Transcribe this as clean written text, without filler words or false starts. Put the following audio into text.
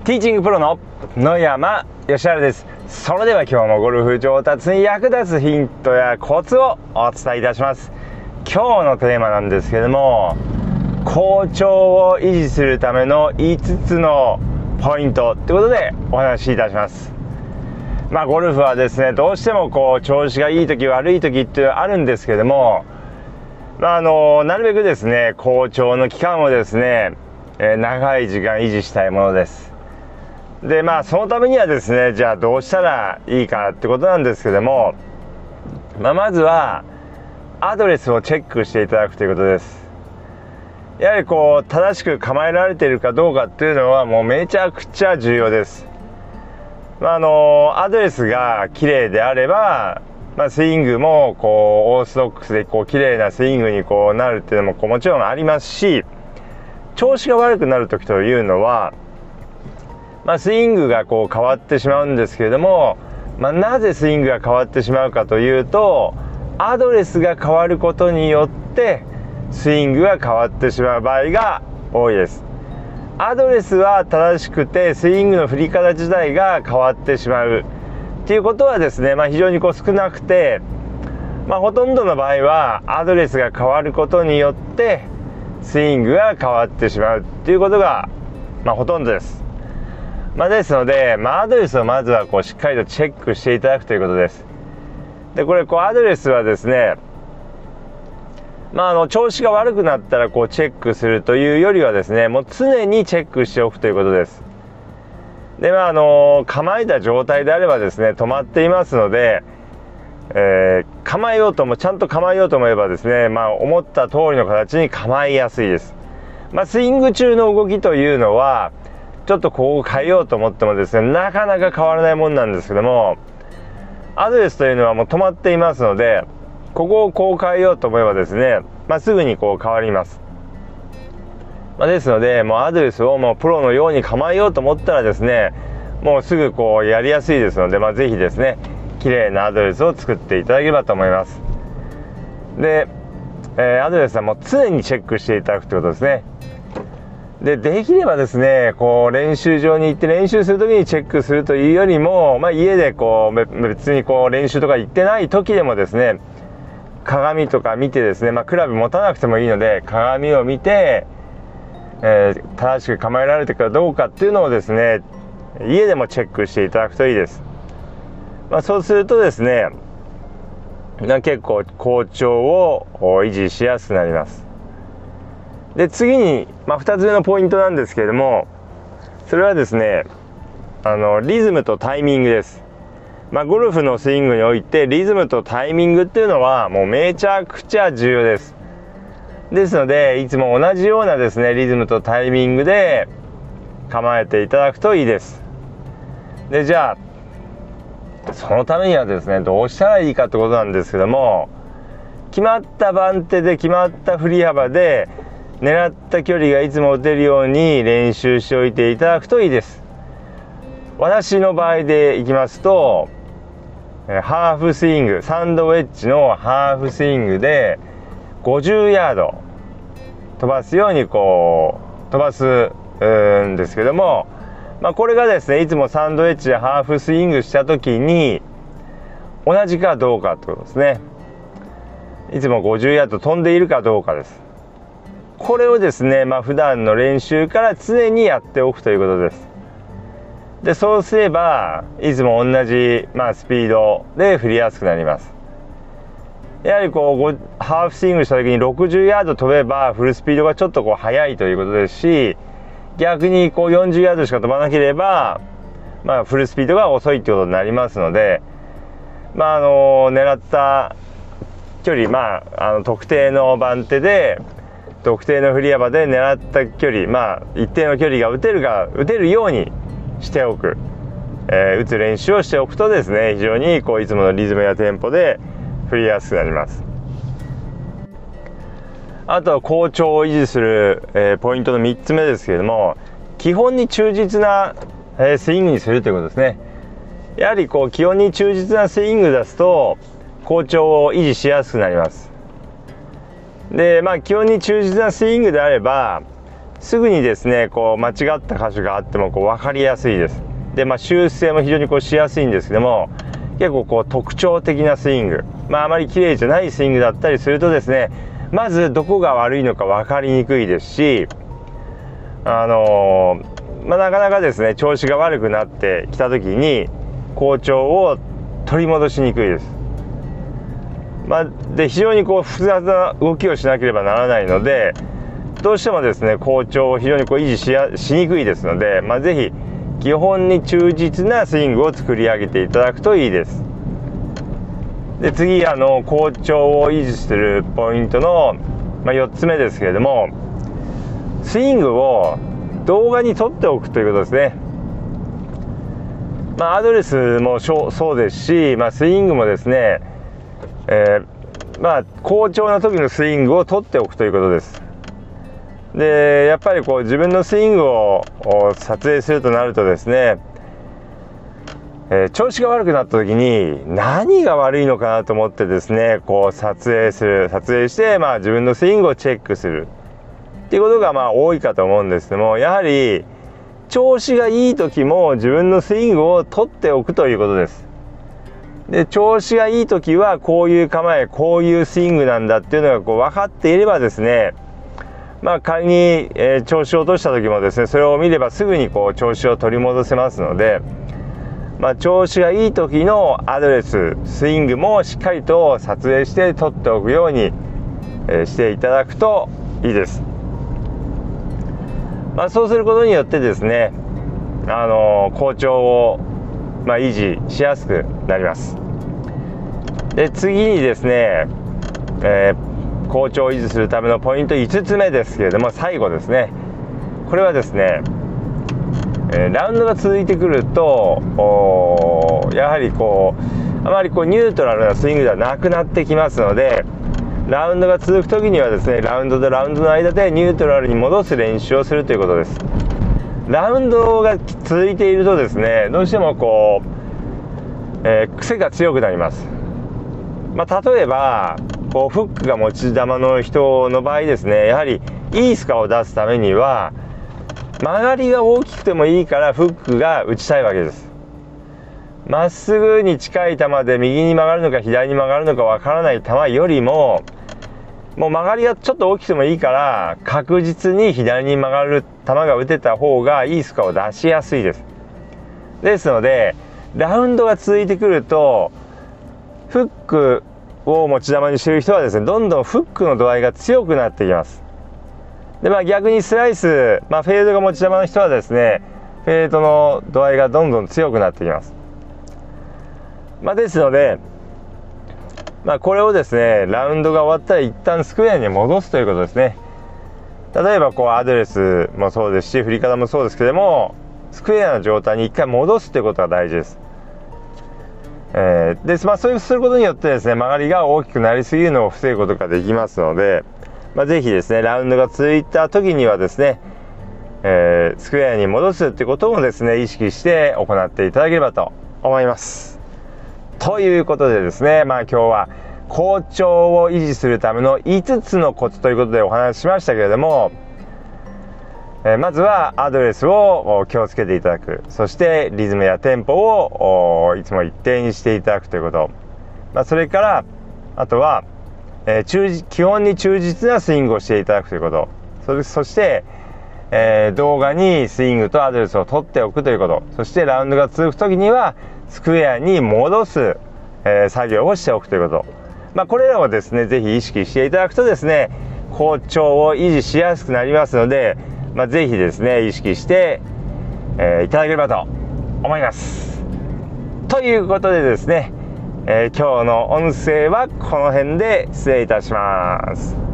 ティーチングプロの野山義晴です。それでは今日もゴルフ上達に役立つヒントやコツをお伝えいたします。今日のテーマなんですけども、好調を維持するための5つのポイントということでお話しいたします。ゴルフはですね、どうしても調子がいい時悪い時っていうのはあるんですけども、なるべくですね好調の期間をですね、長い時間維持したいものです。でそのためにはですね、じゃあどうしたらいいかってことなんですけども、まずはアドレスをチェックしていただくということです。やはり正しく構えられているかどうかっていうのはもうめちゃくちゃ重要です。アドレスが綺麗であれば、スイングもオーソドックスで綺麗なスイングになるっていうのももちろんありますし、調子が悪くなる時というのは、スイングが変わってしまうんですけれども、なぜスイングが変わってしまうかというと、アドレスが変わることによってスイングが変わってしまう場合が多いです。アドレスは正しくてスイングの振り方自体が変わってしまうっていうことはですね、非常に少なくて、ほとんどの場合はアドレスが変わることによってスイングが変わってしまうっていうことがほとんどです。ですので、アドレスをまずはしっかりとチェックしていただくということです。でこれアドレスはですね、調子が悪くなったらチェックするというよりはですね、もう常にチェックしておくということです。で構えた状態であればですね、止まっていますので、ちゃんと構えようと思えばですね、思った通りの形に構えやすいです。スイング中の動きというのはちょっとここ変えようと思ってもですね、なかなか変わらないもんなんですけども、アドレスというのはもう止まっていますので、ここを変えようと思えばですね、すぐに変わります。ですので、もうアドレスをもうプロのように構えようと思ったらですね、もうすぐやりやすいですので、ぜひですね綺麗なアドレスを作っていただければと思います。で、アドレスはもう常にチェックしていただくということですね。できればですね、練習場に行って練習するときにチェックするというよりも、家で別に練習とか行ってない時でもですね、鏡とか見てですね、クラブ持たなくてもいいので鏡を見て、正しく構えられてるかどうかっていうのをですね、家でもチェックしていただくといいです。そうするとですね、結構好調を維持しやすくなります。で次に、2つ目のポイントなんですけれども、それはですね、リズムとタイミングです。ゴルフのスイングにおいてリズムとタイミングっていうのはもうめちゃくちゃ重要です。ですので、いつも同じようなですねリズムとタイミングで構えていただくといいです。でじゃあそのためにはですね、どうしたらいいかってことなんですけども、決まった番手で決まった振り幅で狙った距離がいつも打てるように練習しておいていただくといいです。私の場合でいきますと、ハーフスイング、サンドウェッジのハーフスイングで50ヤード飛ばすように飛ばすんですけども、これがですね、いつもサンドウェッジでハーフスイングした時に同じかどうかってことですね。いつも50ヤード飛んでいるかどうかです。これをですね、普段の練習から常にやっておくということです。でそうすればいつも同じ、スピードで振りやすくなります。やはりハーフスイングした時に60ヤード飛べばフルスピードがちょっと速いということですし、逆に40ヤードしか飛ばなければ、フルスピードが遅いということになりますので、狙った距離、特定の番手で特定の振り幅で狙った距離、一定の距離が打てるようにしておく、打つ練習をしておくとですね、非常にいつものリズムやテンポで振りやすくなります。あとは好調を維持する、ポイントの3つ目ですけれども、基本に忠実な、スイングにするということですね。やはり基本に忠実なスイング出すと好調を維持しやすくなります。で基本に忠実なスイングであればすぐにですねこう間違った箇所があってもこう分かりやすいです。で、修正も非常にこうしやすいんですけども、結構こう特徴的なスイング、あまり綺麗じゃないスイングだったりするとですね、まずどこが悪いのか分かりにくいですし、なかなかですね調子が悪くなってきた時に好調を取り戻しにくいです。で非常にこう複雑な動きをしなければならないので、どうしてもですね好調を非常にこう維持しにくいですので、ぜひ基本に忠実なスイングを作り上げていただくといいです。で次好調を維持するポイントの、4つ目ですけれども、スイングを動画に撮っておくということですね。アドレスもそうですし、スイングもですね、好調な時のスイングを撮っておくということです。でやっぱりこう自分のスイングを撮影するとなるとですね、調子が悪くなった時に何が悪いのかなと思ってですねこう撮影して、自分のスイングをチェックするっていうことが多いかと思うんですけども、やはり調子がいい時も自分のスイングを取っておくということです。で調子がいい時はこういう構え、こういうスイングなんだっていうのがこう分かっていればですね、仮に、調子を落とした時もですねそれを見ればすぐにこう調子を取り戻せますので、調子がいい時のアドレススイングもしっかりと撮影して撮っておくように、していただくといいです。そうすることによってですね好調を、維持しやすくなります。で次にですね、好調を維持するためのポイント5つ目ですけれども、最後ですね、これはですね、ラウンドが続いてくるとやはりあまりニュートラルなスイングではなくなってきますので、ラウンドが続く時にはですねラウンドとラウンドの間でニュートラルに戻す練習をするということです。ラウンドが続いているとですねどうしても癖が強くなります。例えばフックが持ち球の人の場合ですね、やはりいいスコアを出すためには曲がりが大きくてもいいからフックが打ちたいわけです。まっすぐに近い球で右に曲がるのか左に曲がるのかわからない球よりも曲がりがちょっと大きくてもいいから確実に左に曲がる球が打てた方がいいスコアを出しやすいです。ですのでラウンドが続いてくるとフックを持ち球にしている人はですねどんどんフックの度合いが強くなってきます。で逆にスライス、フェードが持ち球の人はですねフェードの度合いがどんどん強くなってきます。ですのでこれをですねラウンドが終わったら一旦スクエアに戻すということですね。例えばアドレスもそうですし振り方もそうですけども、スクエアの状態に一回戻すということが大事です。そうすることによってですね曲がりが大きくなりすぎるのを防ぐことができますので、ぜひですねラウンドが続いた時にはですね、スクエアに戻すということもですね意識して行っていただければと思います。ということでですね、今日は好調を維持するための5つのコツということでお話ししましたけれども、まずはアドレスを気をつけていただく、そしてリズムやテンポをいつも一定にしていただくということ、それからあとは、基本に忠実なスイングをしていただくということ、そして、動画にスイングとアドレスを取っておくということ、そしてラウンドが続く時にはスクエアに戻す、作業をしておくということ、これらをですねぜひ意識していただくとですね好調を維持しやすくなりますので、ぜひですね意識して、いただければと思います。ということでですね、今日の音声はこの辺で失礼いたします。